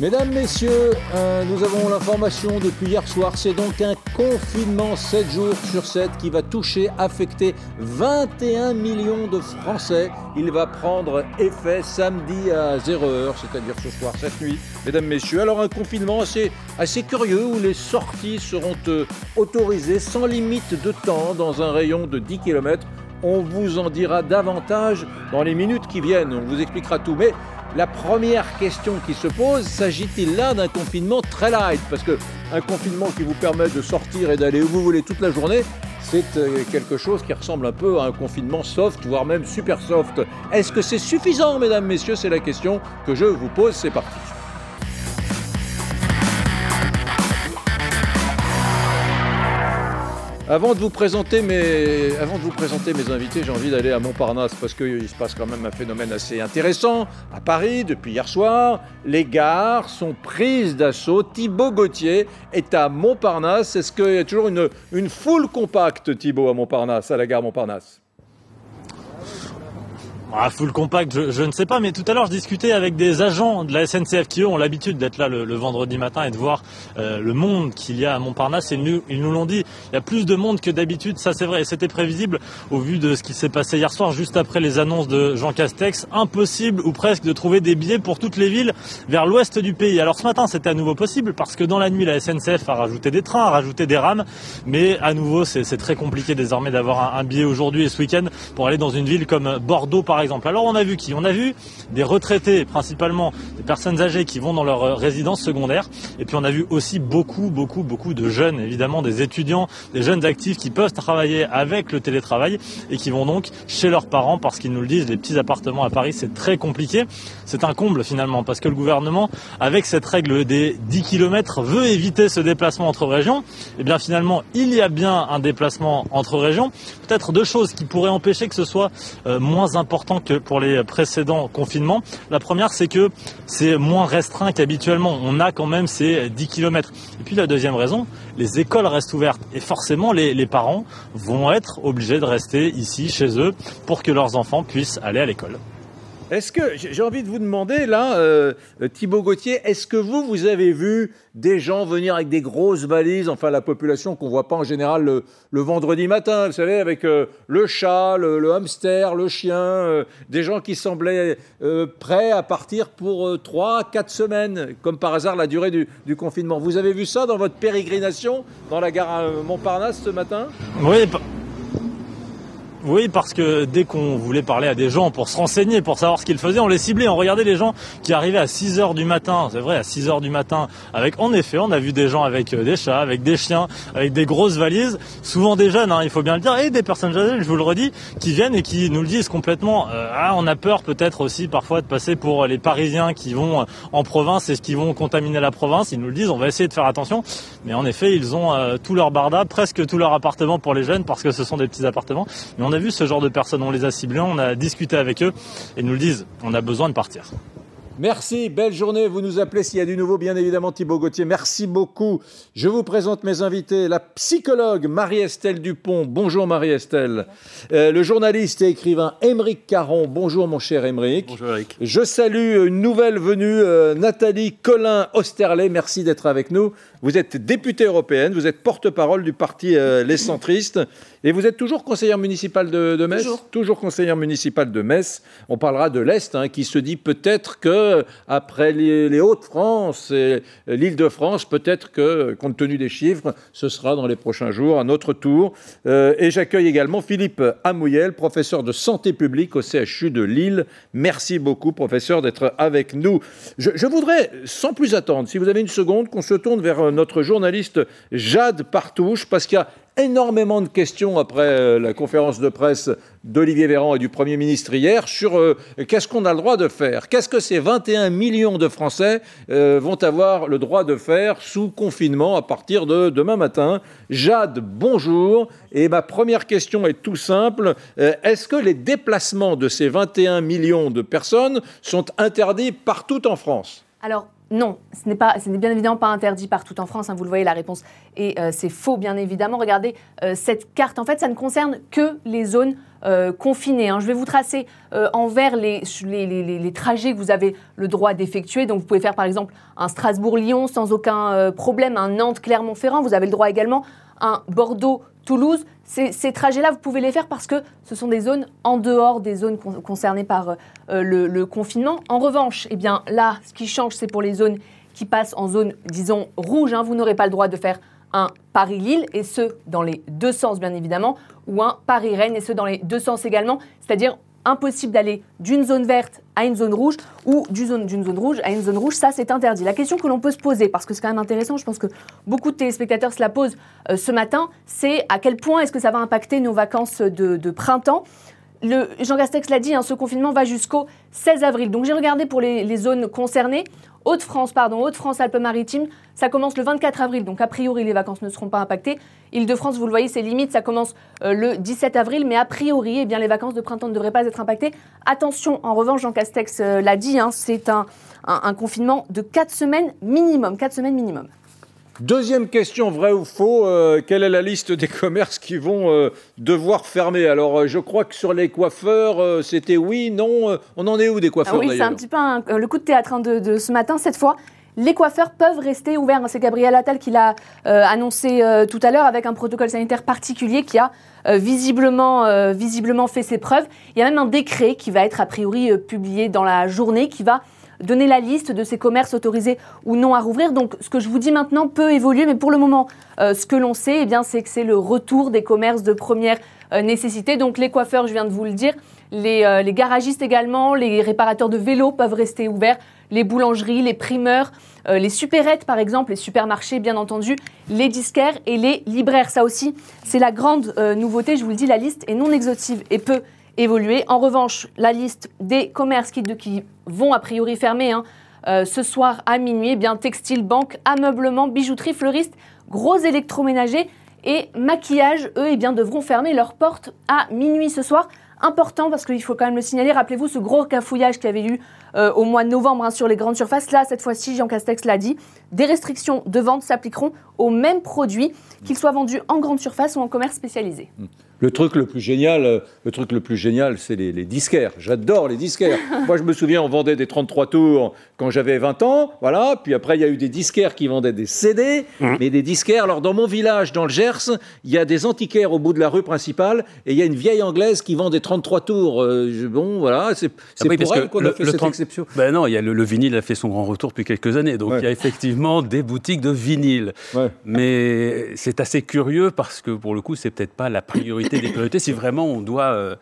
Mesdames, messieurs, nous avons l'information depuis hier soir. C'est donc un confinement 7 jours sur 7 qui va toucher, affecter 21 millions de Français. Il va prendre effet samedi à 0h, c'est-à-dire ce soir, cette nuit. Mesdames, messieurs, alors un confinement assez curieux où les sorties seront autorisées sans limite de temps dans un rayon de 10 km. On vous en dira davantage dans les minutes qui viennent. On vous expliquera tout. Mais la première question qui se pose, s'agit-il là d'un confinement très light ? Parce qu'un confinement qui vous permet de sortir et d'aller où vous voulez toute la journée, c'est quelque chose qui ressemble un peu à un confinement soft, voire même super soft. Est-ce que c'est suffisant, mesdames, messieurs ? C'est la question que je vous pose. C'est parti. Avant de vous présenter mes invités, j'ai envie d'aller à Montparnasse parce qu'il se passe quand même un phénomène assez intéressant. À Paris, depuis hier soir, les gares sont prises d'assaut. Thibaut Gauthier est à Montparnasse. Est-ce qu'il y a toujours une foule compacte, Thibaut, à Montparnasse, à la gare Montparnasse ? Full compact, je ne sais pas, mais tout à l'heure je discutais avec des agents de la SNCF qui eux ont l'habitude d'être là le vendredi matin et de voir le monde qu'il y a à Montparnasse, et ils nous l'ont dit, il y a plus de monde que d'habitude, ça c'est vrai, et c'était prévisible au vu de ce qui s'est passé hier soir juste après les annonces de Jean Castex. Impossible ou presque de trouver des billets pour toutes les villes vers l'ouest du pays. Alors ce matin c'était à nouveau possible parce que dans la nuit la SNCF a rajouté des trains, a rajouté des rames, mais à nouveau c'est très compliqué désormais d'avoir un billet aujourd'hui et ce week-end pour aller dans une ville comme Bordeaux par exemple. Alors on a vu qui ? On a vu des retraités, principalement des personnes âgées qui vont dans leur résidence secondaire. Et puis on a vu aussi beaucoup de jeunes, évidemment des étudiants, des jeunes actifs qui peuvent travailler avec le télétravail et qui vont donc chez leurs parents parce qu'ils nous le disent, les petits appartements à Paris c'est très compliqué. C'est un comble finalement parce que le gouvernement, avec cette règle des 10 km, veut éviter ce déplacement entre régions. Et bien finalement il y a bien un déplacement entre régions. Peut-être deux choses qui pourraient empêcher que ce soit moins important que pour les précédents confinements. La première, c'est que c'est moins restreint qu'habituellement. On a quand même ces 10 km. Et puis la deuxième raison, les écoles restent ouvertes. Et forcément, les parents vont être obligés de rester ici, chez eux, pour que leurs enfants puissent aller à l'école. Est-ce que, j'ai envie de vous demander là, Thibaut Gauthier, est-ce que vous avez vu des gens venir avec des grosses valises, enfin la population qu'on ne voit pas en général le vendredi matin, vous savez, avec le chat, le hamster, le chien, des gens qui semblaient prêts à partir pour 3-4 semaines, comme par hasard la durée du confinement. Vous avez vu ça dans votre pérégrination dans la gare Montparnasse ce matin ? Oui, parce que dès qu'on voulait parler à des gens pour se renseigner, pour savoir ce qu'ils faisaient, on les ciblait, on regardait les gens qui arrivaient à 6h du matin, c'est vrai, à 6h du matin, en effet, on a vu des gens avec des chats, avec des chiens, avec des grosses valises, souvent des jeunes, il faut bien le dire, et des personnes âgées, je vous le redis, qui viennent et qui nous le disent complètement, on a peur peut-être aussi parfois de passer pour les Parisiens qui vont en province et qui vont contaminer la province, ils nous le disent, on va essayer de faire attention, mais en effet, ils ont tout leur barda, presque tout leur appartement pour les jeunes, parce que ce sont des petits appartements, mais on a vu ce genre de personnes, on les a ciblés, on a discuté avec eux et ils nous le disent, on a besoin de partir. Merci, belle journée. Vous nous appelez s'il y a du nouveau, bien évidemment, Thibaut Gauthier. Merci beaucoup. Je vous présente mes invités. La psychologue Marie-Estelle Dupont. Bonjour Marie-Estelle. Le journaliste et écrivain Aymeric Caron. Bonjour mon cher Aymeric. Bonjour Eric. Je salue une nouvelle venue, Nathalie Colin-Osterley. Merci d'être avec nous. Vous êtes députée européenne, vous êtes porte-parole du parti Les Centristes et vous êtes toujours conseillère municipale de Metz. Toujours conseillère municipale de Metz. On parlera de l'Est qui se dit peut-être que après les Hauts-de-France et l'Île-de-France, peut-être que, compte tenu des chiffres, ce sera dans les prochains jours à notre tour. Et j'accueille également Philippe Amouyel, professeur de santé publique au CHU de Lille. Merci beaucoup, professeur, d'être avec nous. Je voudrais, sans plus attendre, si vous avez une seconde, qu'on se tourne vers notre journaliste Jade Partouche, parce qu'il y a énormément de questions après la conférence de presse d'Olivier Véran et du Premier ministre hier sur qu'est-ce qu'on a le droit de faire. Qu'est-ce que ces 21 millions de Français vont avoir le droit de faire sous confinement à partir de demain matin. Jade, bonjour. Et ma première question est tout simple. Est-ce que les déplacements de ces 21 millions de personnes sont interdits partout en France ? Alors, non, ce n'est bien évidemment pas interdit partout en France, hein, vous le voyez, la réponse. Et c'est faux, bien évidemment. Regardez, cette carte, en fait, ça ne concerne que les zones confinées. Hein. Je vais vous tracer en vert les trajets que vous avez le droit d'effectuer. Donc, vous pouvez faire, par exemple, un Strasbourg-Lyon sans aucun problème, un Nantes-Clermont-Ferrand. Vous avez le droit également un Bordeaux-Toulouse. Ces trajets-là, vous pouvez les faire parce que ce sont des zones en dehors des zones concernées par le confinement. En revanche, eh bien, là, ce qui change, c'est pour les zones qui passent en zone, disons, rouge. Hein, vous n'aurez pas le droit de faire un Paris-Lille, et ce, dans les deux sens, bien évidemment, ou un Paris-Rennes, et ce, dans les deux sens également. C'est-à-dire impossible d'aller d'une zone verte à une zone rouge ou d'une zone rouge à une zone rouge, ça c'est interdit. La question que l'on peut se poser, parce que c'est quand même intéressant, je pense que beaucoup de téléspectateurs se la posent ce matin, c'est à quel point est-ce que ça va impacter nos vacances de printemps. Jean Castex l'a dit, hein, ce confinement va jusqu'au 16 avril. Donc j'ai regardé pour les zones concernées. Haute-France, Alpes-Maritimes, ça commence le 24 avril, donc a priori les vacances ne seront pas impactées. Île-de-France, vous le voyez, c'est limite, ça commence le 17 avril, mais a priori, eh bien, les vacances de printemps ne devraient pas être impactées. Attention, en revanche, Jean Castex l'a dit, hein, c'est un confinement de 4 semaines minimum. Deuxième question, vrai ou faux, quelle est la liste des commerces qui vont devoir fermer? Alors, je crois que sur les coiffeurs, c'était oui, non. On en est où des coiffeurs oui, d'ailleurs? C'est un petit peu le coup de théâtre de ce matin. Cette fois, les coiffeurs peuvent rester ouverts. C'est Gabriel Attal qui l'a annoncé tout à l'heure avec un protocole sanitaire particulier qui a visiblement fait ses preuves. Il y a même un décret qui va être a priori publié dans la journée qui va donner la liste de ces commerces autorisés ou non à rouvrir. Donc, ce que je vous dis maintenant peut évoluer, mais pour le moment, ce que l'on sait, eh bien, c'est que c'est le retour des commerces de première nécessité. Donc, les coiffeurs, je viens de vous le dire, les garagistes également, les réparateurs de vélos peuvent rester ouverts, les boulangeries, les primeurs, les supérettes, par exemple, les supermarchés, bien entendu, les disquaires et les libraires. Ça aussi, c'est la grande nouveauté. Je vous le dis, la liste est non exhaustive et peut évoluer. En revanche, la liste des commerces qui vont a priori fermer ce soir à minuit, eh bien textile, banque, ameublement, bijouterie, fleuriste, gros électroménager et maquillage, eux, eh bien, devront fermer leurs portes à minuit ce soir. Important parce qu'il faut quand même le signaler. Rappelez-vous ce gros cafouillage qu'il y avait eu au mois de novembre sur les grandes surfaces. Là, cette fois-ci, Jean Castex l'a dit, des restrictions de vente s'appliqueront aux mêmes produits, qu'ils soient vendus en grande surface ou en commerce spécialisé. Le truc le plus génial, c'est les disquaires. J'adore les disquaires. Moi, je me souviens, on vendait des 33 tours quand j'avais 20 ans, voilà. Puis après, il y a eu des disquaires qui vendaient des CD, mais des disquaires. Alors, dans mon village, dans le Gers, il y a des antiquaires au bout de la rue principale, et il y a une vieille anglaise qui vend des 33 tours. Bon, voilà, c'est pour elle qu'on a fait cette exception. Ben non, il y a le vinyle a fait son grand retour depuis quelques années, donc il y a effectivement des boutiques de vinyle. Ouais. Mais c'est assez curieux parce que pour le coup, c'est peut-être pas la priorité des priorités si vraiment on doit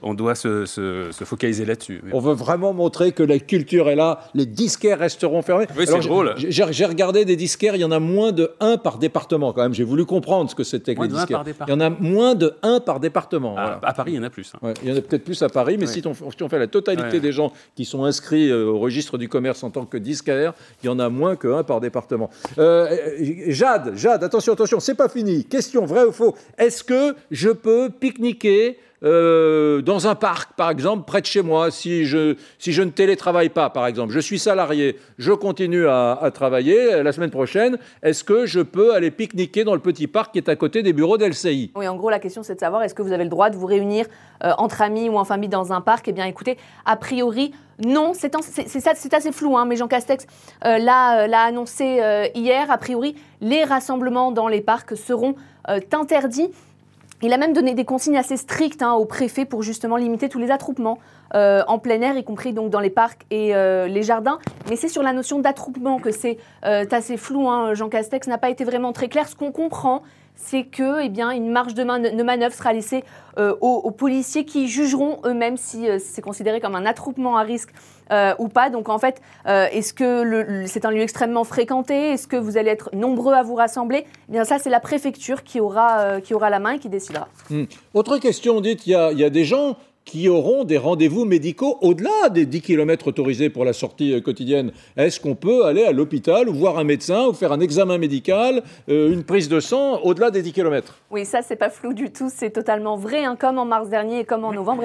se focaliser là-dessus. On veut vraiment montrer que la culture est là, les disquaires resteront fermés. Oui, c'est drôle. J'ai regardé des disquaires, il y en a moins de 1 par département quand même. J'ai voulu comprendre ce que c'était que les disquaires. Il y en a moins de 1 par département. Voilà. À Paris, il y en a plus. Ouais, il y en a peut-être plus à Paris, mais si on fait la totalité des gens qui sont inscrits au registre du commerce en tant que disquaires, il y en a moins que 1 par département. Jade, attention, c'est pas fini. Question, vrai ou faux? Est-ce que je peux pique-niquer dans un parc, par exemple, près de chez moi, si je ne télétravaille pas, par exemple? Je suis salarié, je continue à travailler. La semaine prochaine, est-ce que je peux aller pique-niquer dans le petit parc qui est à côté des bureaux d'LCI? Oui, en gros, la question, c'est de savoir est-ce que vous avez le droit de vous réunir entre amis ou en famille dans un parc? Eh bien, écoutez, a priori, non. C'est assez flou, mais Jean Castex l'a annoncé hier. A priori, les rassemblements dans les parcs seront interdits. Il a même donné des consignes assez strictes au préfet pour justement limiter tous les attroupements en plein air, y compris donc dans les parcs et les jardins. Mais c'est sur la notion d'attroupement que c'est assez flou. Jean Castex n'a pas été vraiment très clair. Ce qu'on comprend, c'est que, une marge de manœuvre sera laissée aux policiers qui jugeront eux-mêmes si c'est considéré comme un attroupement à risque ou pas. Donc en fait, est-ce que c'est un lieu extrêmement fréquenté? Est-ce que vous allez être nombreux à vous rassembler? Eh bien ça, c'est la préfecture qui aura la main et qui décidera. Autre question, dites, il y a des gens qui auront des rendez-vous médicaux au-delà des 10 km autorisés pour la sortie quotidienne. Est-ce qu'on peut aller à l'hôpital ou voir un médecin ou faire un examen médical, une prise de sang au-delà des 10 km? Oui, ça, c'est pas flou du tout, c'est totalement vrai. Comme en mars dernier et comme en novembre,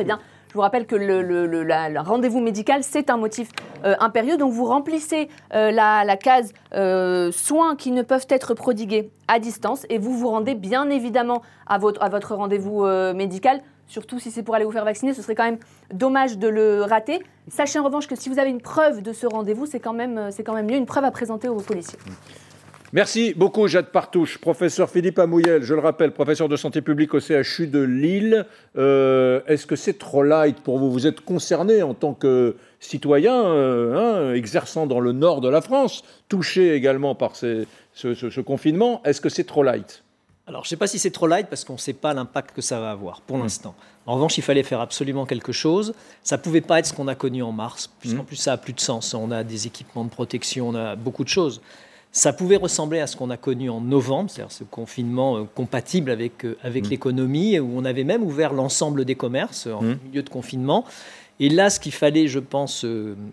Je vous rappelle que le rendez-vous médical, c'est un motif impérieux. Donc vous remplissez la case soins qui ne peuvent être prodigués à distance et vous vous rendez bien évidemment à votre rendez-vous médical. Surtout si c'est pour aller vous faire vacciner, ce serait quand même dommage de le rater. Sachez en revanche que si vous avez une preuve de ce rendez-vous, c'est quand même mieux, une preuve à présenter aux policiers. Merci beaucoup Jade Partouche. Professeur Philippe Amouyel, je le rappelle, professeur de santé publique au CHU de Lille. Est-ce que c'est trop light pour vous ? Vous êtes concerné en tant que citoyen exerçant dans le nord de la France, touché également par ce confinement. Est-ce que c'est trop light ? Alors, je ne sais pas si c'est trop light parce qu'on ne sait pas l'impact que ça va avoir pour l'instant. En revanche, il fallait faire absolument quelque chose. Ça ne pouvait pas être ce qu'on a connu en mars, puisqu'en plus, ça n'a plus de sens. On a des équipements de protection, on a beaucoup de choses. Ça pouvait ressembler à ce qu'on a connu en novembre, c'est-à-dire ce confinement compatible avec l'économie, où on avait même ouvert l'ensemble des commerces en milieu de confinement. Et là, ce qu'il fallait, je pense,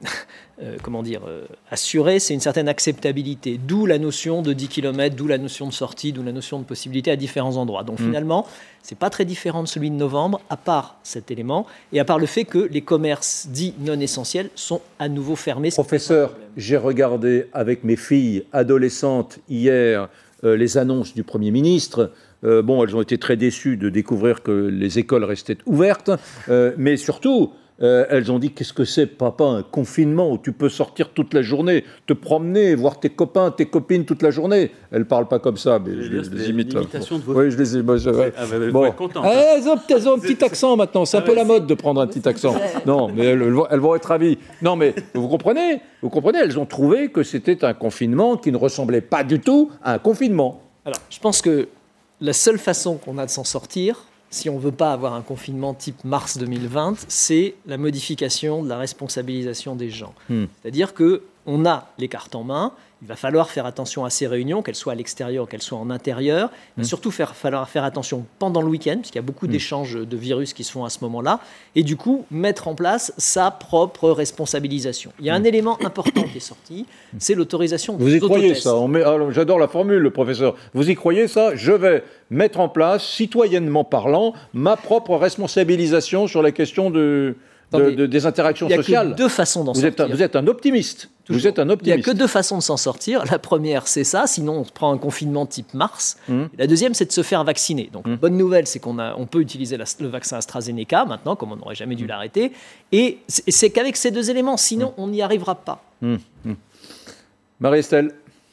assurer, c'est une certaine acceptabilité. D'où la notion de 10 km, d'où la notion de sortie, d'où la notion de possibilité à différents endroits. Donc finalement, ce n'est pas très différent de celui de novembre, à part cet élément, et à part le fait que les commerces dits non essentiels sont à nouveau fermés. Professeur, j'ai regardé avec mes filles adolescentes hier les annonces du Premier ministre. Elles ont été très déçues de découvrir que les écoles restaient ouvertes, mais surtout... elles ont dit, qu'est-ce que c'est, papa, un confinement où tu peux sortir toute la journée, te promener, voir tes copains, tes copines toute la journée. Elles ne parlent pas comme ça, mais je les imite. Oui, je les imite. Bon. Elles ont un petit accent maintenant, c'est un peu la mode de prendre un petit accent. Non, mais elles vont être ravies. Non, mais vous comprenez, elles ont trouvé que c'était un confinement qui ne ressemblait pas du tout à un confinement. Alors, je pense que la seule façon qu'on a de s'en sortir, si on ne veut pas avoir un confinement type mars 2020, c'est la modification de la responsabilisation des gens. C'est-à-dire qu'on a les cartes en main, il va falloir faire attention à ces réunions, qu'elles soient à l'extérieur ou qu'elles soient en intérieur. Il va surtout falloir faire attention pendant le week-end, puisqu'il y a beaucoup d'échanges de virus qui se font à ce moment-là, et du coup, mettre en place sa propre responsabilisation. Il y a un élément important qui est sorti, c'est l'autorisation de l'autotest. Vous y croyez ça ? J'adore la formule, le professeur. Vous y croyez ça ? Je vais mettre en place, citoyennement parlant, ma propre responsabilisation sur la question des interactions sociales. Il y a que deux façons d'en sortir. Vous êtes un optimiste. Vous êtes un optimiste. Il n'y a que deux façons de s'en sortir. La première, c'est ça. Sinon, on prend un confinement type mars. La deuxième, c'est de se faire vacciner. Donc, bonne nouvelle, c'est qu'on peut utiliser le vaccin AstraZeneca maintenant, comme on n'aurait jamais dû l'arrêter. Et c'est qu'avec ces deux éléments, sinon, on n'y arrivera pas. Marie-Estelle.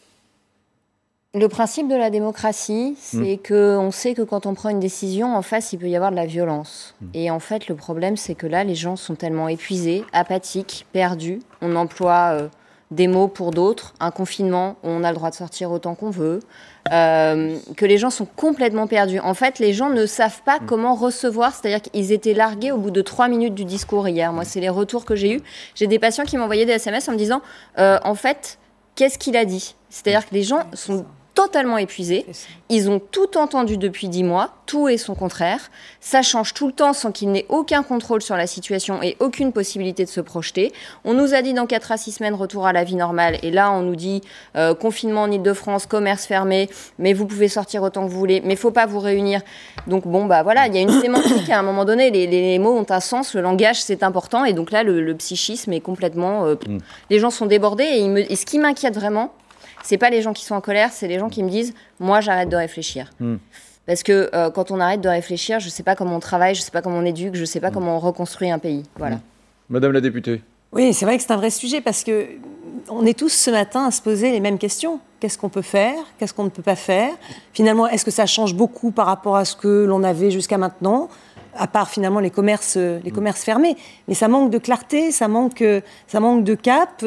Le principe de la démocratie, c'est qu'on sait que quand on prend une décision, en face, il peut y avoir de la violence. Et en fait, le problème, c'est que là, les gens sont tellement épuisés, apathiques, perdus. On emploie des mots pour d'autres. Un confinement, on a le droit de sortir autant qu'on veut. Que les gens sont complètement perdus. En fait, les gens ne savent pas comment recevoir. C'est-à-dire qu'ils étaient largués au bout de 3 minutes du discours hier. Moi, c'est les retours que j'ai eus. J'ai des patients qui m'envoyaient des SMS en me disant, en fait, qu'est-ce qu'il a dit ? C'est-à-dire que les gens sont totalement épuisés. Ils ont tout entendu depuis 10 mois, tout et son contraire. Ça change tout le temps sans qu'il n'ait aucun contrôle sur la situation et aucune possibilité de se projeter. On nous a dit dans 4 à 6 semaines, retour à la vie normale. Et là, on nous dit confinement en Ile-de-France, commerce fermé, mais vous pouvez sortir autant que vous voulez, mais il ne faut pas vous réunir. Donc voilà, il y a une sémantique à un moment donné. Les mots ont un sens, le langage, c'est important. Et donc là, le psychisme est complètement... Les gens sont débordés. Et ce qui m'inquiète vraiment, c'est pas les gens qui sont en colère, c'est les gens qui me disent « moi, j'arrête de réfléchir ». Parce que quand on arrête de réfléchir, je sais pas comment on travaille, je sais pas comment on éduque, je sais pas comment on reconstruit un pays. Voilà. Madame la députée. Oui, c'est vrai que c'est un vrai sujet parce que on est tous ce matin à se poser les mêmes questions. Qu'est-ce qu'on peut faire ? Qu'est-ce qu'on ne peut pas faire ? Finalement, est-ce que ça change beaucoup par rapport à ce que l'on avait jusqu'à maintenant ? À part finalement les commerces fermés. Mais ça manque de clarté, ça manque de cap.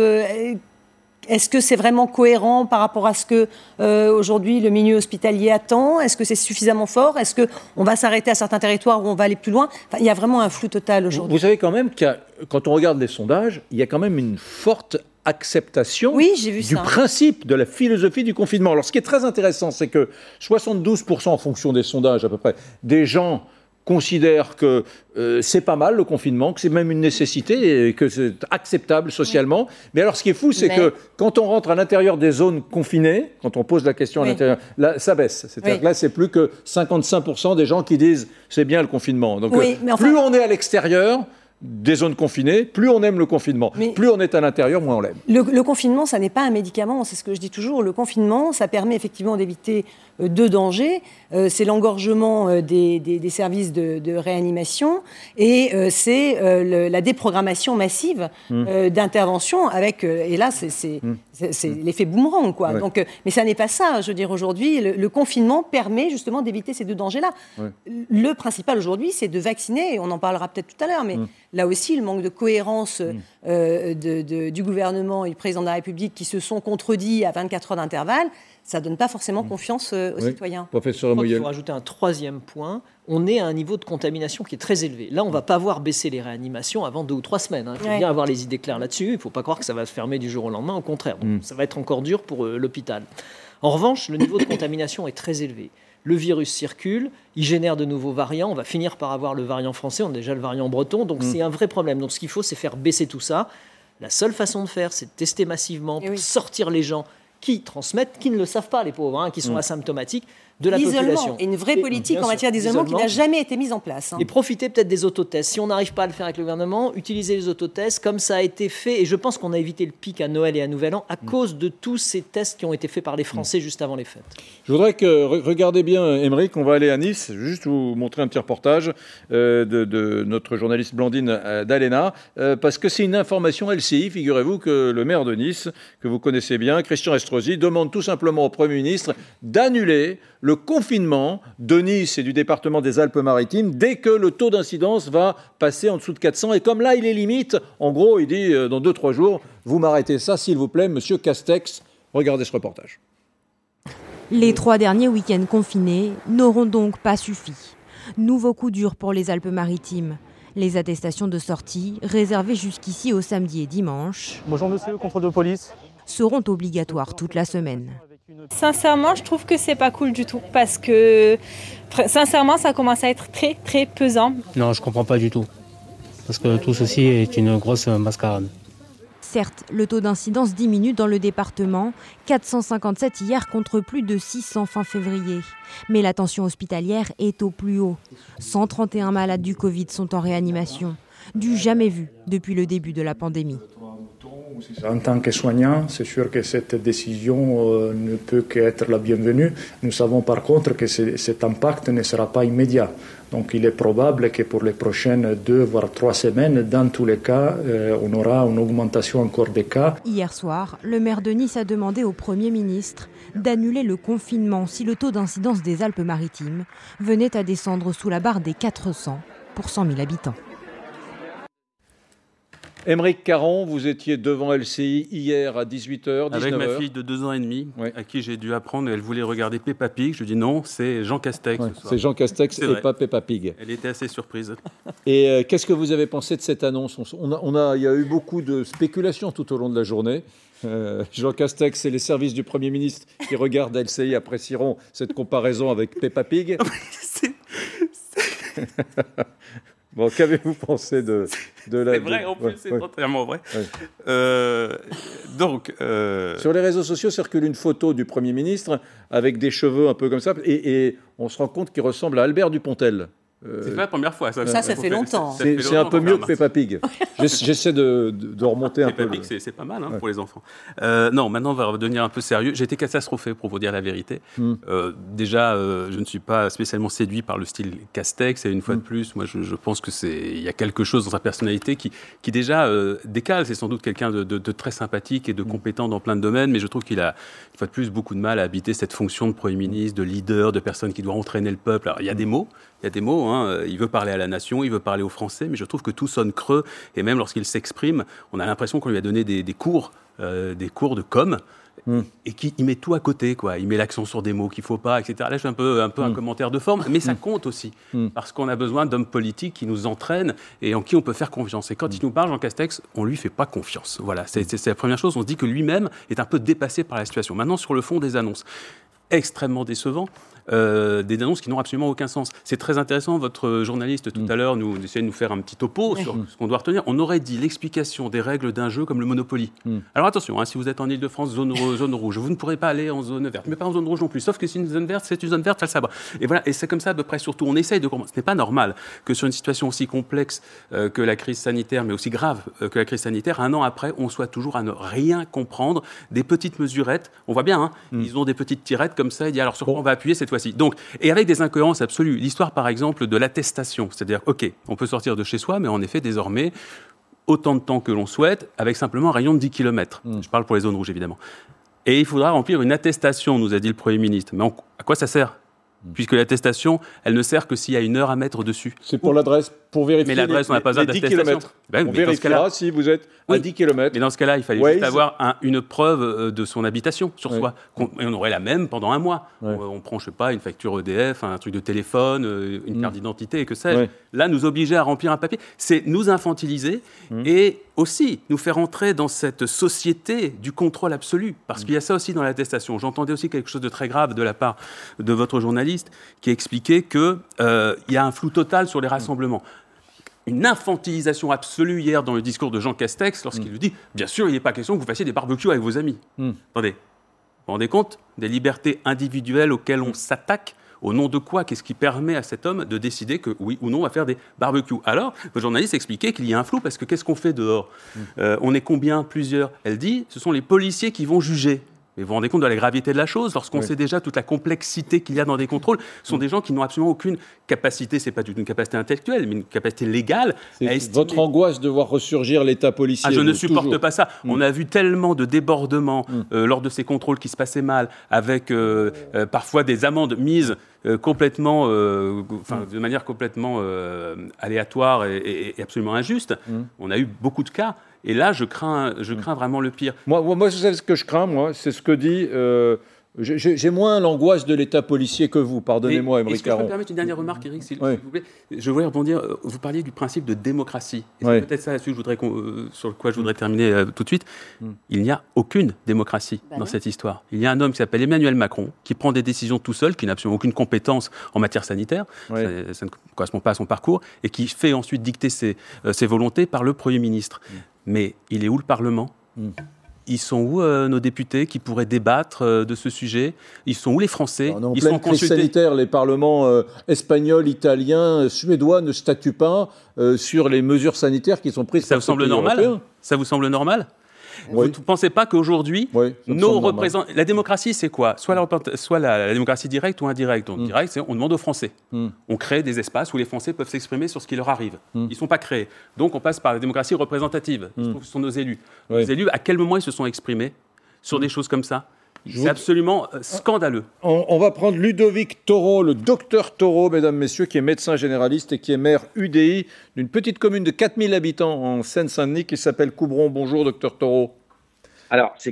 Est-ce que c'est vraiment cohérent par rapport à ce que aujourd'hui le milieu hospitalier attend ? Est-ce que c'est suffisamment fort ? Est-ce qu'on va s'arrêter à certains territoires où on va aller plus loin ? Il y a vraiment un flou total aujourd'hui. Vous savez quand même quand on regarde les sondages, il y a quand même une forte acceptation du principe, de la philosophie du confinement. Alors ce qui est très intéressant, c'est que 72% en fonction des sondages à peu près, des gens considèrent que c'est pas mal le confinement, que c'est même une nécessité et que c'est acceptable socialement. Mais alors ce qui est fou, c'est que quand on rentre à l'intérieur des zones confinées, quand on pose la question à l'intérieur, là ça baisse. C'est-à-dire que là c'est plus que 55% des gens qui disent c'est bien le confinement. Donc plus on est à l'extérieur, des zones confinées, plus on aime le confinement. Plus on est à l'intérieur, moins on l'aime. Le confinement, ça n'est pas un médicament, c'est ce que je dis toujours. Le confinement, ça permet effectivement d'éviter deux dangers. C'est l'engorgement des services de réanimation et c'est la déprogrammation massive d'intervention avec... et là, c'est l'effet boomerang, quoi. Ouais. Donc, mais ça n'est pas ça. Je veux dire, aujourd'hui, le confinement permet justement d'éviter ces deux dangers-là. Ouais. Le principal aujourd'hui, c'est de vacciner, et on en parlera peut-être tout à l'heure, mais là aussi, le manque de cohérence du gouvernement et du président de la République qui se sont contredits à 24 heures d'intervalle, ça ne donne pas forcément confiance aux citoyens. Professeur Moyel. Il faut rajouter un troisième point. On est à un niveau de contamination qui est très élevé. Là, on ne va pas voir baisser les réanimations avant 2 ou 3 semaines. Il faut bien avoir les idées claires là-dessus. Il ne faut pas croire que ça va se fermer du jour au lendemain. Au contraire, donc, ça va être encore dur pour l'hôpital. En revanche, le niveau de contamination est très élevé. Le virus circule, il génère de nouveaux variants. On va finir par avoir le variant français. On a déjà le variant breton. Donc, c'est un vrai problème. Donc, ce qu'il faut, c'est faire baisser tout ça. La seule façon de faire, c'est de tester massivement, pour sortir les gens qui transmettent, qui ne le savent pas, les pauvres, qui sont asymptomatiques, de la population. Et une vraie politique en matière d'isolement qui n'a jamais été mise en place. Et profiter peut-être des autotests. Si on n'arrive pas à le faire avec le gouvernement, utiliser les autotests comme ça a été fait. Et je pense qu'on a évité le pic à Noël et à Nouvel An à cause de tous ces tests qui ont été faits par les Français juste avant les fêtes. Je voudrais que, regardez bien, Aymeric, on va aller à Nice, juste vous montrer un petit reportage de notre journaliste Blandine d'Alena, parce que c'est une information LCI. Figurez-vous que le maire de Nice, que vous connaissez bien, Christian Estrosi, demande tout simplement au Premier ministre d'annuler le confinement de Nice et du département des Alpes-Maritimes dès que le taux d'incidence va passer en dessous de 400. Et comme là, il est limite, en gros, il dit dans 2-3 jours, vous m'arrêtez ça, s'il vous plaît, monsieur Castex. Regardez ce reportage. Les 3 derniers week-ends confinés n'auront donc pas suffi. Nouveau coup dur pour les Alpes-Maritimes. Les attestations de sortie, réservées jusqu'ici au samedi et dimanche, bonjour monsieur, contrôle de police, seront obligatoires toute la semaine. Sincèrement, je trouve que c'est pas cool du tout parce que, sincèrement, ça commence à être très, très pesant. Non, je comprends pas du tout parce que tout ceci est une grosse mascarade. Certes, le taux d'incidence diminue dans le département, 457 hier contre plus de 600 fin février. Mais la tension hospitalière est au plus haut. 131 malades du Covid sont en réanimation, du jamais vu depuis le début de la pandémie. En tant que soignant, c'est sûr que cette décision ne peut qu'être la bienvenue. Nous savons par contre que cet impact ne sera pas immédiat. Donc il est probable que pour les prochaines 2 voire 3 semaines, dans tous les cas, on aura une augmentation encore des cas. Hier soir, le maire de Nice a demandé au Premier ministre d'annuler le confinement si le taux d'incidence des Alpes-Maritimes venait à descendre sous la barre des 400 pour 100 000 habitants. Aymeric Caron, vous étiez devant LCI hier à 18h, 19h. Avec ma fille de 2 ans et demi, à qui j'ai dû apprendre, elle voulait regarder Peppa Pig. Je lui ai dit non, c'est Jean Castex ce soir. C'est Jean Castex et pas Peppa Pig. Elle était assez surprise. Et qu'est-ce que vous avez pensé de cette annonce ? Il y a eu beaucoup de spéculations tout au long de la journée. Jean Castex et les services du Premier ministre qui regardent LCI apprécieront cette comparaison avec Peppa Pig. Bon, qu'avez-vous pensé de la... C'est vrai, en plus, c'est entièrement vrai. Donc, sur les réseaux sociaux circule une photo du Premier ministre avec des cheveux un peu comme ça, et on se rend compte qu'il ressemble à Albert Dupontel. C'est pas la première fois. Ça fait longtemps. C'est un peu mieux que Peppa Pig. J'essaie de remonter un peu. Peppa Pig, c'est pas mal pour les enfants. Non, maintenant, on va redevenir un peu sérieux. J'ai été catastrophé, pour vous dire la vérité. Déjà, je ne suis pas spécialement séduit par le style Castex. Et une fois de plus, moi, je pense qu'il y a quelque chose dans sa personnalité qui déjà décale. C'est sans doute quelqu'un de très sympathique et de compétent dans plein de domaines. Mais je trouve qu'il a, une fois de plus, beaucoup de mal à habiter cette fonction de Premier ministre, de leader, de personne qui doit entraîner le peuple. Alors, il y a des mots. Il veut parler à la nation, il veut parler aux Français, mais je trouve que tout sonne creux. Et même lorsqu'il s'exprime, on a l'impression qu'on lui a donné des cours de com', et qu'il met tout à côté, quoi. Il met l'accent sur des mots qu'il ne faut pas, etc. Là, je fais un peu un commentaire de forme, mais ça compte aussi, parce qu'on a besoin d'hommes politiques qui nous entraînent et en qui on peut faire confiance. Et quand il nous parle, Jean Castex, on ne lui fait pas confiance. Voilà, c'est la première chose. On se dit que lui-même est un peu dépassé par la situation. Maintenant, sur le fond des annonces, extrêmement décevant. des annonces qui n'ont absolument aucun sens. C'est très intéressant, votre journaliste tout à l'heure nous essayait de nous faire un petit topo sur ce qu'on doit retenir. On aurait dit l'explication des règles d'un jeu comme le Monopoly. Alors attention, si vous êtes en Ile-de-France, zone rouge, vous ne pourrez pas aller en zone verte, mais pas en zone rouge non plus, sauf que c'est une zone verte, ça le sabre. Et voilà, et c'est comme ça à peu près surtout. On essaye de comprendre. Ce n'est pas normal que sur une situation aussi complexe que la crise sanitaire, mais aussi grave que la crise sanitaire, un an après, on soit toujours à ne rien comprendre, des petites mesurettes. On voit bien, ils ont des petites tirettes comme ça, et dit alors sur quoi on va appuyer cette fois-ci. Donc, et avec des incohérences absolues. L'histoire, par exemple, de l'attestation, c'est-à-dire, ok, on peut sortir de chez soi, mais en effet, désormais, autant de temps que l'on souhaite, avec simplement un rayon de 10 km. Je parle pour les zones rouges, évidemment. Et il faudra remplir une attestation, nous a dit le Premier ministre. Mais à quoi ça sert ? Puisque l'attestation, elle ne sert que s'il y a 1 heure à mettre dessus. C'est pour l'adresse, pour vérifier mais l'adresse, on n'a pas besoin d'attestation. On vérifiera si vous êtes à 10 km. Mais dans ce cas-là, il fallait juste avoir une preuve de son habitation sur soi. Et on aurait la même pendant 1 mois. On prend, je sais pas, une facture EDF, un truc de téléphone, une carte d'identité, et que sais-je. Là, nous obliger à remplir un papier, c'est nous infantiliser et aussi nous faire entrer dans cette société du contrôle absolu. Parce qu'il y a ça aussi dans l'attestation. J'entendais aussi quelque chose de très grave de la part de votre journaliste qui expliquait qu'il y a un flou total sur les rassemblements. Une infantilisation absolue hier dans le discours de Jean Castex lorsqu'il lui dit « Bien sûr, il n'est pas question que vous fassiez des barbecues avec vos amis. Attendez, vous vous rendez compte des libertés individuelles auxquelles on s'attaque ? Au nom de quoi ? Qu'est-ce qui permet à cet homme de décider que oui ou non on va faire des barbecues ? Alors, le journaliste expliquait qu'il y a un flou parce que qu'est-ce qu'on fait dehors ? On est combien ? Plusieurs. Elle dit « Ce sont les policiers qui vont juger ». Mais vous vous rendez compte de la gravité de la chose lorsqu'on sait déjà toute la complexité qu'il y a dans des contrôles. Ce sont des gens qui n'ont absolument aucune capacité, c'est pas une capacité intellectuelle, mais une capacité légale à estimer. Votre angoisse de voir ressurgir l'État policier. Je ne supporte pas ça. On a vu tellement de débordements lors de ces contrôles qui se passaient mal, avec parfois des amendes mises complètement, de manière complètement aléatoire et absolument injuste. On a eu beaucoup de cas. Et là, je crains vraiment le pire. Moi, c'est ce que je crains, c'est ce que dit... J'ai moins l'angoisse de l'État policier que vous, pardonnez-moi, Aymeric Caron. Est-ce que je peux me permettre une dernière remarque, Éric, s'il vous plaît ? Je voulais rebondir, vous parliez du principe de démocratie. Et c'est peut-être ça sur quoi je voudrais terminer tout de suite. Il n'y a aucune démocratie dans cette histoire. Il y a un homme qui s'appelle Emmanuel Macron, qui prend des décisions tout seul, qui n'a absolument aucune compétence en matière sanitaire, ça ne correspond pas à son parcours, et qui fait ensuite dicter ses volontés par le Premier ministre. Mais il est où le Parlement ? Ils sont où nos députés qui pourraient débattre de ce sujet ? Ils sont où les Français ? On est en pleine crise sanitaire. Les parlements espagnols, italiens, suédois ne statuent pas sur les mesures sanitaires qui sont prises par ce pays européen. Ça vous semble normal ? Vous ne pensez pas qu'aujourd'hui, nos représentants... La démocratie, c'est quoi ? Soit la démocratie directe ou indirecte. Donc, direct, c'est on demande aux Français. On crée des espaces où les Français peuvent s'exprimer sur ce qui leur arrive. Ils ne sont pas créés. Donc, on passe par la démocratie représentative. Il se trouve que ce sont nos élus. Les élus, à quel moment ils se sont exprimés sur des choses comme ça ? C'est absolument scandaleux. On va prendre Ludovic Toro, le docteur Toro, mesdames, messieurs, qui est médecin généraliste et qui est maire UDI d'une petite commune de 4000 habitants en Seine-Saint-Denis qui s'appelle Coubron. Bonjour, docteur Toro. Alors, c'est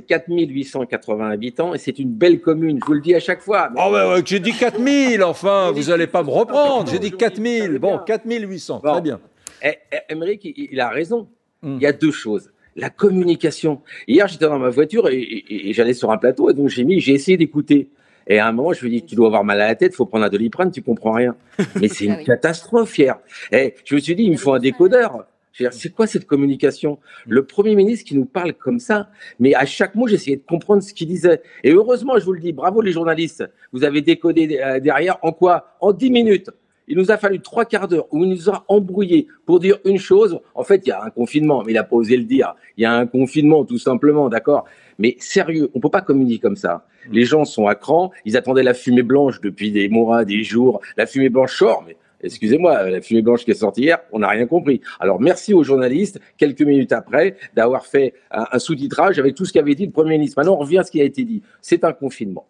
4880 habitants et c'est une belle commune, je vous le dis à chaque fois. Mais... j'ai dit 4000, enfin, vous n'allez pas me reprendre. J'ai dit 4000, 4800, très bien. Aymeric, il a raison. Il y a 2 choses. La communication. Hier, j'étais dans ma voiture et j'allais sur un plateau et donc j'ai essayé d'écouter. Et à un moment, je lui ai dit, tu dois avoir mal à la tête, il faut prendre un Doliprane, tu comprends rien. Mais c'est une catastrophe hier. Je me suis dit, il me faut un décodeur. C'est quoi cette communication ? Le Premier ministre qui nous parle comme ça, mais à chaque mot, j'essayais de comprendre ce qu'il disait. Et heureusement, je vous le dis, bravo les journalistes, vous avez décodé derrière en quoi ? En 10 minutes. Il nous a fallu 3 quarts d'heure où il nous a embrouillés pour dire une chose. En fait, il y a un confinement, mais il n'a pas osé le dire. Il y a un confinement, tout simplement, d'accord ? Mais sérieux, on ne peut pas communiquer comme ça. Les gens sont à cran, ils attendaient la fumée blanche depuis des mois, des jours. La fumée blanche sort, mais excusez-moi, la fumée blanche qui est sortie hier, on n'a rien compris. Alors merci aux journalistes, quelques minutes après, d'avoir fait un sous-titrage avec tout ce qu'avait dit le Premier ministre. Maintenant, on revient à ce qui a été dit. C'est un confinement.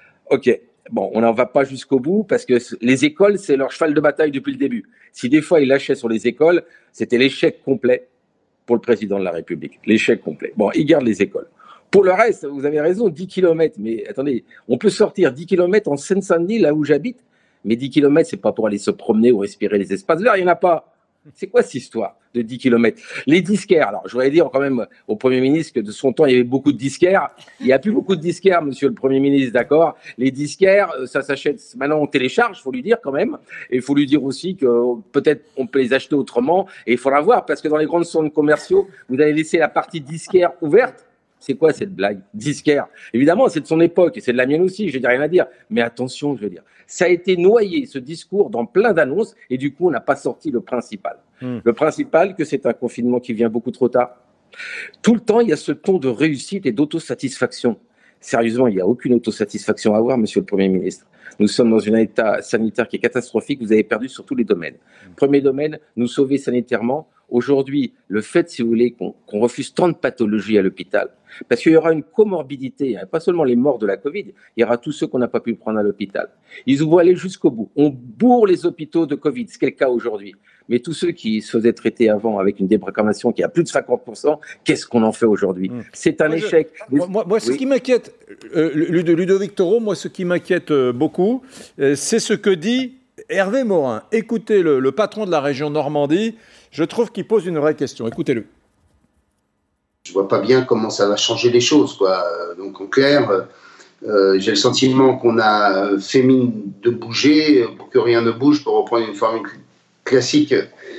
OK. Bon, on n'en va pas jusqu'au bout parce que les écoles, c'est leur cheval de bataille depuis le début. Si des fois, ils lâchaient sur les écoles, c'était l'échec complet pour le président de la République. L'échec complet. Bon, ils gardent les écoles. Pour le reste, vous avez raison, 10 km. Mais attendez, on peut sortir 10 km en Seine-Saint-Denis, là où j'habite. Mais 10 km, c'est pas pour aller se promener ou respirer les espaces verts, il n'y en a pas. C'est quoi cette histoire de 10 km? Les disquaires, alors je voudrais dire quand même au Premier ministre que de son temps, il y avait beaucoup de disquaires. Il n'y a plus beaucoup de disquaires, monsieur le Premier ministre, d'accord? Les disquaires, ça s'achète, maintenant on télécharge, il faut lui dire quand même. Et il faut lui dire aussi que peut-être on peut les acheter autrement. Et il faudra voir, parce que dans les grands centres commerciaux, vous allez laisser la partie disquaire ouverte. C'est quoi cette blague? Disquaire. Évidemment, c'est de son époque et c'est de la mienne aussi, je n'ai rien à dire. Mais attention, je veux dire, ça a été noyé, ce discours, dans plein d'annonces et du coup, on n'a pas sorti le principal. Le principal, que c'est un confinement qui vient beaucoup trop tard. Tout le temps, il y a ce ton de réussite et d'autosatisfaction. Sérieusement, il n'y a aucune autosatisfaction à avoir, monsieur le Premier ministre. Nous sommes dans un état sanitaire qui est catastrophique. Vous avez perdu sur tous les domaines. Premier domaine, nous sauver sanitairement. Aujourd'hui, le fait, si vous voulez, qu'on refuse tant de pathologies à l'hôpital, parce qu'il y aura une comorbidité, hein, pas seulement les morts de la Covid, il y aura tous ceux qu'on n'a pas pu prendre à l'hôpital. Ils vont aller jusqu'au bout. On bourre les hôpitaux de Covid, ce qui est le cas aujourd'hui. Mais tous ceux qui se faisaient traiter avant avec une débrécamation qui a plus de 50%, qu'est-ce qu'on en fait aujourd'hui? C'est un échec. Moi, ce qui m'inquiète, Ludovic Toro, moi, ce qui m'inquiète beaucoup, c'est ce que dit Hervé Morin. Écoutez le patron de la région Normandie. Je trouve qu'il pose une vraie question. Écoutez-le. Je vois pas bien comment ça va changer les choses, quoi. Donc en clair, j'ai le sentiment qu'on a fait mine de bouger pour que rien ne bouge, pour reprendre une formule classique.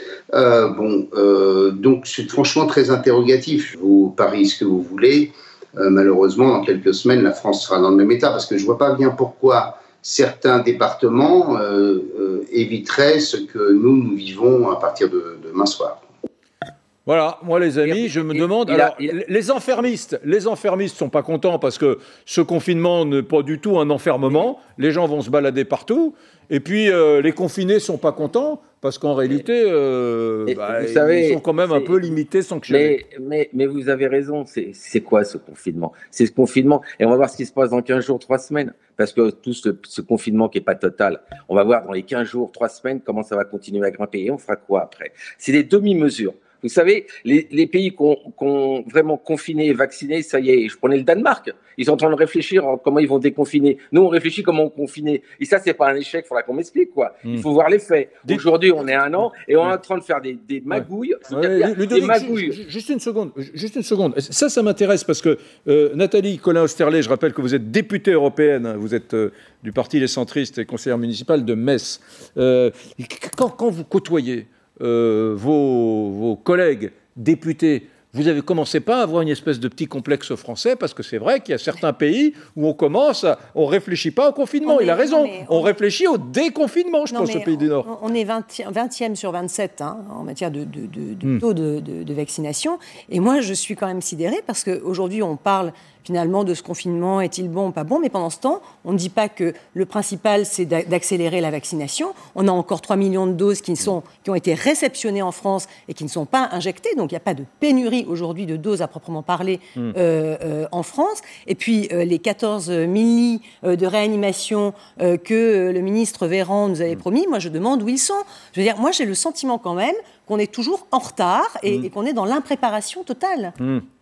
Donc c'est franchement très interrogatif. Vous pariez ce que vous voulez. Malheureusement, dans quelques semaines, la France sera dans le même état, parce que je vois pas bien pourquoi certains départements éviteraient ce que nous vivons à partir de demain soir. Voilà, moi les amis, je me demande... Alors, les enfermistes sont pas contents parce que ce confinement n'est pas du tout un enfermement. Les gens vont se balader partout. Et puis, les confinés sont pas contents parce qu'en réalité, vous savez, ils sont quand même un peu limités, sanctionnés. Mais vous avez raison. C'est quoi ce confinement? C'est ce confinement. Et on va voir ce qui se passe dans 15 jours, 3 semaines. Parce que tout ce confinement qui n'est pas total, on va voir dans les 15 jours, 3 semaines, comment ça va continuer à grimper. Et on fera quoi après? C'est des demi-mesures. Vous savez, les pays qui ont vraiment confiné et vacciné, ça y est, je prenais le Danemark, ils sont en train de réfléchir comment ils vont déconfiner. Nous, on réfléchit comment on confiner. Et ça, c'est pas un échec, il faudra qu'on m'explique, quoi. Il faut voir les faits. Aujourd'hui, on est à 1 an et on est en train de faire des magouilles. Des magouilles. Juste une seconde. Ça m'intéresse parce que Nathalie Colin-Osterlé, je rappelle que vous êtes députée européenne, hein, vous êtes du parti Les Centristes et conseillère municipale de Metz. Quand vous côtoyez vos collègues députés, vous avez commencé pas à avoir une espèce de petit complexe français, parce que c'est vrai qu'il y a certains pays où on réfléchit pas au confinement. Il a raison, on réfléchit au déconfinement, je pense, au pays du Nord. On est 20e sur 27 en matière de taux de vaccination. Et moi, je suis quand même sidérée, parce qu'aujourd'hui, on parle finalement de ce confinement, est-il bon ou pas bon? Mais pendant ce temps, on ne dit pas que le principal, c'est d'accélérer la vaccination. On a encore 3 millions de doses qui ont été réceptionnées en France et qui ne sont pas injectées. Donc, il n'y a pas de pénurie aujourd'hui de doses à proprement parler en France. Et puis, les 14 000 lits de réanimation que le ministre Véran nous avait promis, moi, je demande où ils sont. Je veux dire, moi, j'ai le sentiment quand même qu'on est toujours en retard et qu'on est dans l'impréparation totale.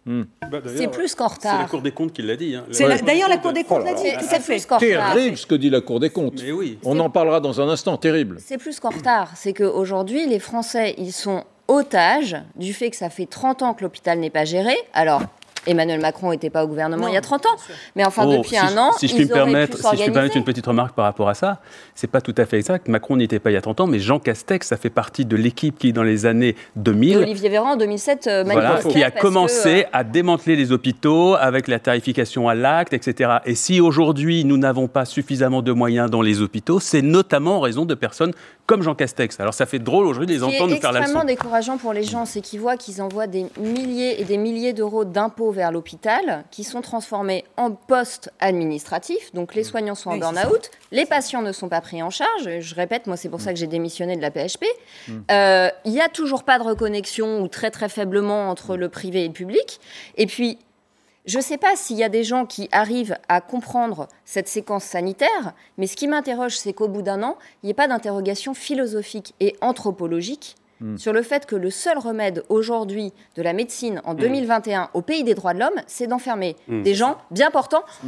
C'est plus qu'en retard. C'est la Cour des comptes qui l'a dit. Hein. D'ailleurs, la Cour des comptes l'a dit. C'est plus qu'en retard. Terrible ce que dit la Cour des comptes. Mais oui. On en parlera dans un instant. Terrible. C'est plus qu'en retard. C'est qu'aujourd'hui, les Français, ils sont otages du fait que ça fait 30 ans que l'hôpital n'est pas géré. Alors, Emmanuel Macron n'était pas au gouvernement il y a 30 ans. Mais enfin, depuis un an, si je puis me permettre une petite remarque par rapport à ça, c'est pas tout à fait exact. Macron n'y était pas il y a 30 ans, mais Jean Castex, ça fait partie de l'équipe qui, dans les années 2000... Et Olivier Véran, en 2007, qui a commencé à démanteler les hôpitaux avec la tarification à l'acte, etc. Et si aujourd'hui, nous n'avons pas suffisamment de moyens dans les hôpitaux, c'est notamment en raison de personnes comme Jean Castex. Alors ça fait drôle aujourd'hui de les entendre nous faire la leçon. Ce qui est extrêmement décourageant pour les gens, c'est qu'ils voient qu'ils envoient des milliers et des milliers d'euros d'impôts vers l'hôpital, qui sont transformés en postes administratifs. Donc les soignants sont en burn-out, les patients ne sont pas pris en charge. Je répète, moi c'est pour ça que j'ai démissionné de la PHP. Il n'y a toujours pas de reconnexion, ou très très faiblement, entre le privé et le public. Et puis, je ne sais pas s'il y a des gens qui arrivent à comprendre cette séquence sanitaire, mais ce qui m'interroge, c'est qu'au bout d'1 an, il n'y ait pas d'interrogation philosophique et anthropologique sur le fait que le seul remède aujourd'hui de la médecine en 2021 au pays des droits de l'homme, c'est d'enfermer des gens bien portants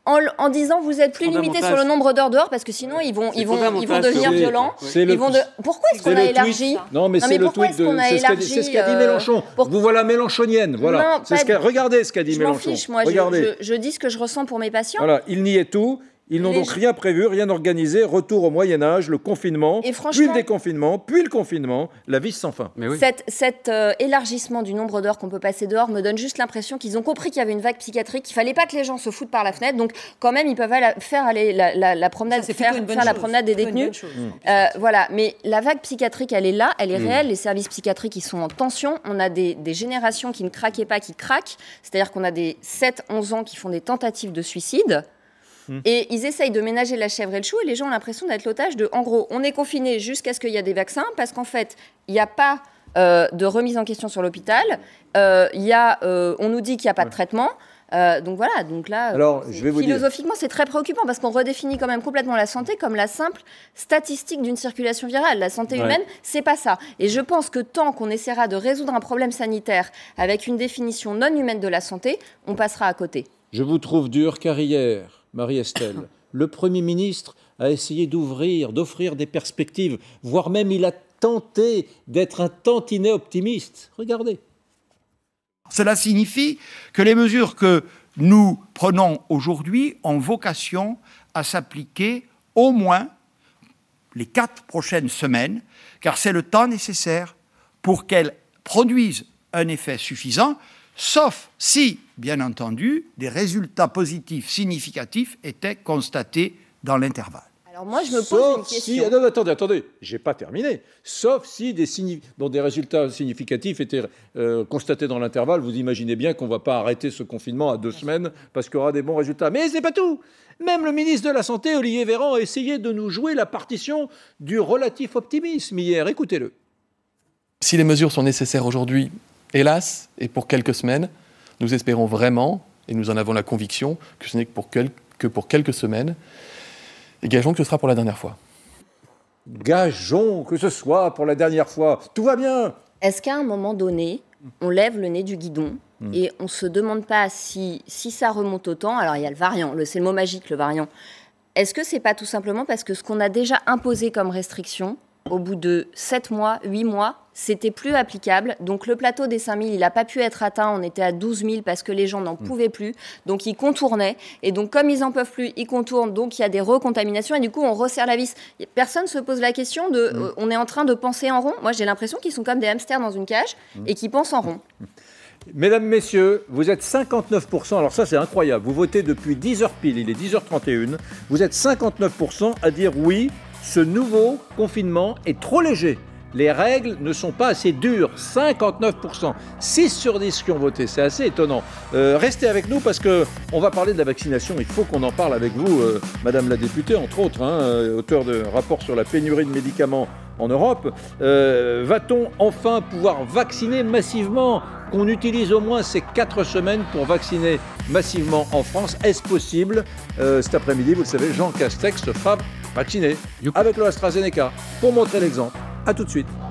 en disant vous êtes plus limité sur le nombre d'heures dehors parce que sinon ils vont devenir violents. Pourquoi est-ce qu'on a élargi? Non, mais c'est le tweet de. C'est ce qu'a dit Mélenchon. Vous voilà mélenchonienne. Voilà. Regardez ce qu'a dit Mélenchon. Je m'en fiche, moi. Je dis ce que je ressens pour mes patients. Voilà, il niait tout. Ils n'ont donc rien prévu, rien organisé. Retour au Moyen-Âge, le confinement, puis le déconfinement, puis le confinement, la vie sans fin. Mais oui. Cet élargissement du nombre d'heures qu'on peut passer dehors me donne juste l'impression qu'ils ont compris qu'il y avait une vague psychiatrique, qu'il ne fallait pas que les gens se foutent par la fenêtre. Donc, quand même, ils peuvent faire aller la promenade, faire la promenade des détenus. Voilà. Mais la vague psychiatrique, elle est là, elle est réelle. Les services psychiatriques, ils sont en tension. On a des générations qui ne craquaient pas, qui craquent. C'est-à-dire qu'on a des 7-11 ans qui font des tentatives de suicide. Et ils essayent de ménager la chèvre et le chou et les gens ont l'impression d'être l'otage de, en gros, on est confiné jusqu'à ce qu'il y ait des vaccins parce qu'en fait, il n'y a pas de remise en question sur l'hôpital, on nous dit qu'il n'y a pas de traitement. Donc voilà, donc là, philosophiquement, c'est très préoccupant parce qu'on redéfinit quand même complètement la santé comme la simple statistique d'une circulation virale. La santé humaine, c'est pas ça. Et je pense que tant qu'on essaiera de résoudre un problème sanitaire avec une définition non humaine de la santé, on passera à côté. Je vous trouve dur car hier, Marie-Estelle, le Premier ministre a essayé d'offrir des perspectives, voire même il a tenté d'être un tantinet optimiste. Regardez. Cela signifie que les mesures que nous prenons aujourd'hui ont vocation à s'appliquer au moins les 4 prochaines semaines, car c'est le temps nécessaire pour qu'elles produisent un effet suffisant, sauf si, bien entendu, des résultats positifs significatifs étaient constatés dans l'intervalle. Alors moi, je me pose une question. Attendez, j'ai pas terminé. Sauf si des résultats significatifs étaient constatés dans l'intervalle, vous imaginez bien qu'on ne va pas arrêter ce confinement à 2 semaines parce qu'il y aura des bons résultats. Mais c'est pas tout. Même le ministre de la Santé, Olivier Véran, a essayé de nous jouer la partition du relatif optimisme hier. Écoutez-le. Si les mesures sont nécessaires aujourd'hui, hélas, et pour quelques semaines, nous espérons vraiment, et nous en avons la conviction, que ce n'est que pour quelques semaines, et gageons que ce sera pour la dernière fois. Gageons que ce soit pour la dernière fois. Tout va bien. Est-ce qu'à un moment donné, on lève le nez du guidon et on ne se demande pas si ça remonte autant? Alors, il y a le variant, c'est le mot magique, le variant. Est-ce que ce n'est pas tout simplement parce que ce qu'on a déjà imposé comme restriction, au bout de 7 mois, 8 mois, c'était plus applicable. Donc le plateau des 5 000, il n'a pas pu être atteint. On était à 12 000 parce que les gens n'en pouvaient plus. Donc ils contournaient. Et donc comme ils n'en peuvent plus, ils contournent. Donc il y a des recontaminations. Et du coup, on resserre la vis. Personne ne se pose la question de on est en train de penser en rond. Moi, j'ai l'impression qu'ils sont comme des hamsters dans une cage et qu'ils pensent en rond. Mesdames, Messieurs, vous êtes 59%. Alors ça, c'est incroyable. Vous votez depuis 10h pile. Il est 10h31. Vous êtes 59% à dire oui. Ce nouveau confinement est trop léger. Les règles ne sont pas assez dures. 59%. 6 sur 10 qui ont voté. C'est assez étonnant. Restez avec nous parce qu'on va parler de la vaccination. Il faut qu'on en parle avec vous, Madame la députée, entre autres, auteur de rapport sur la pénurie de médicaments en Europe. Va-t-on enfin pouvoir vacciner massivement? Qu'on utilise au moins ces 4 semaines pour vacciner massivement en France. Est-ce possible? Cet après-midi, vous le savez, Jean Castex se fera vacciner avec le AstraZeneca pour montrer l'exemple. A tout de suite.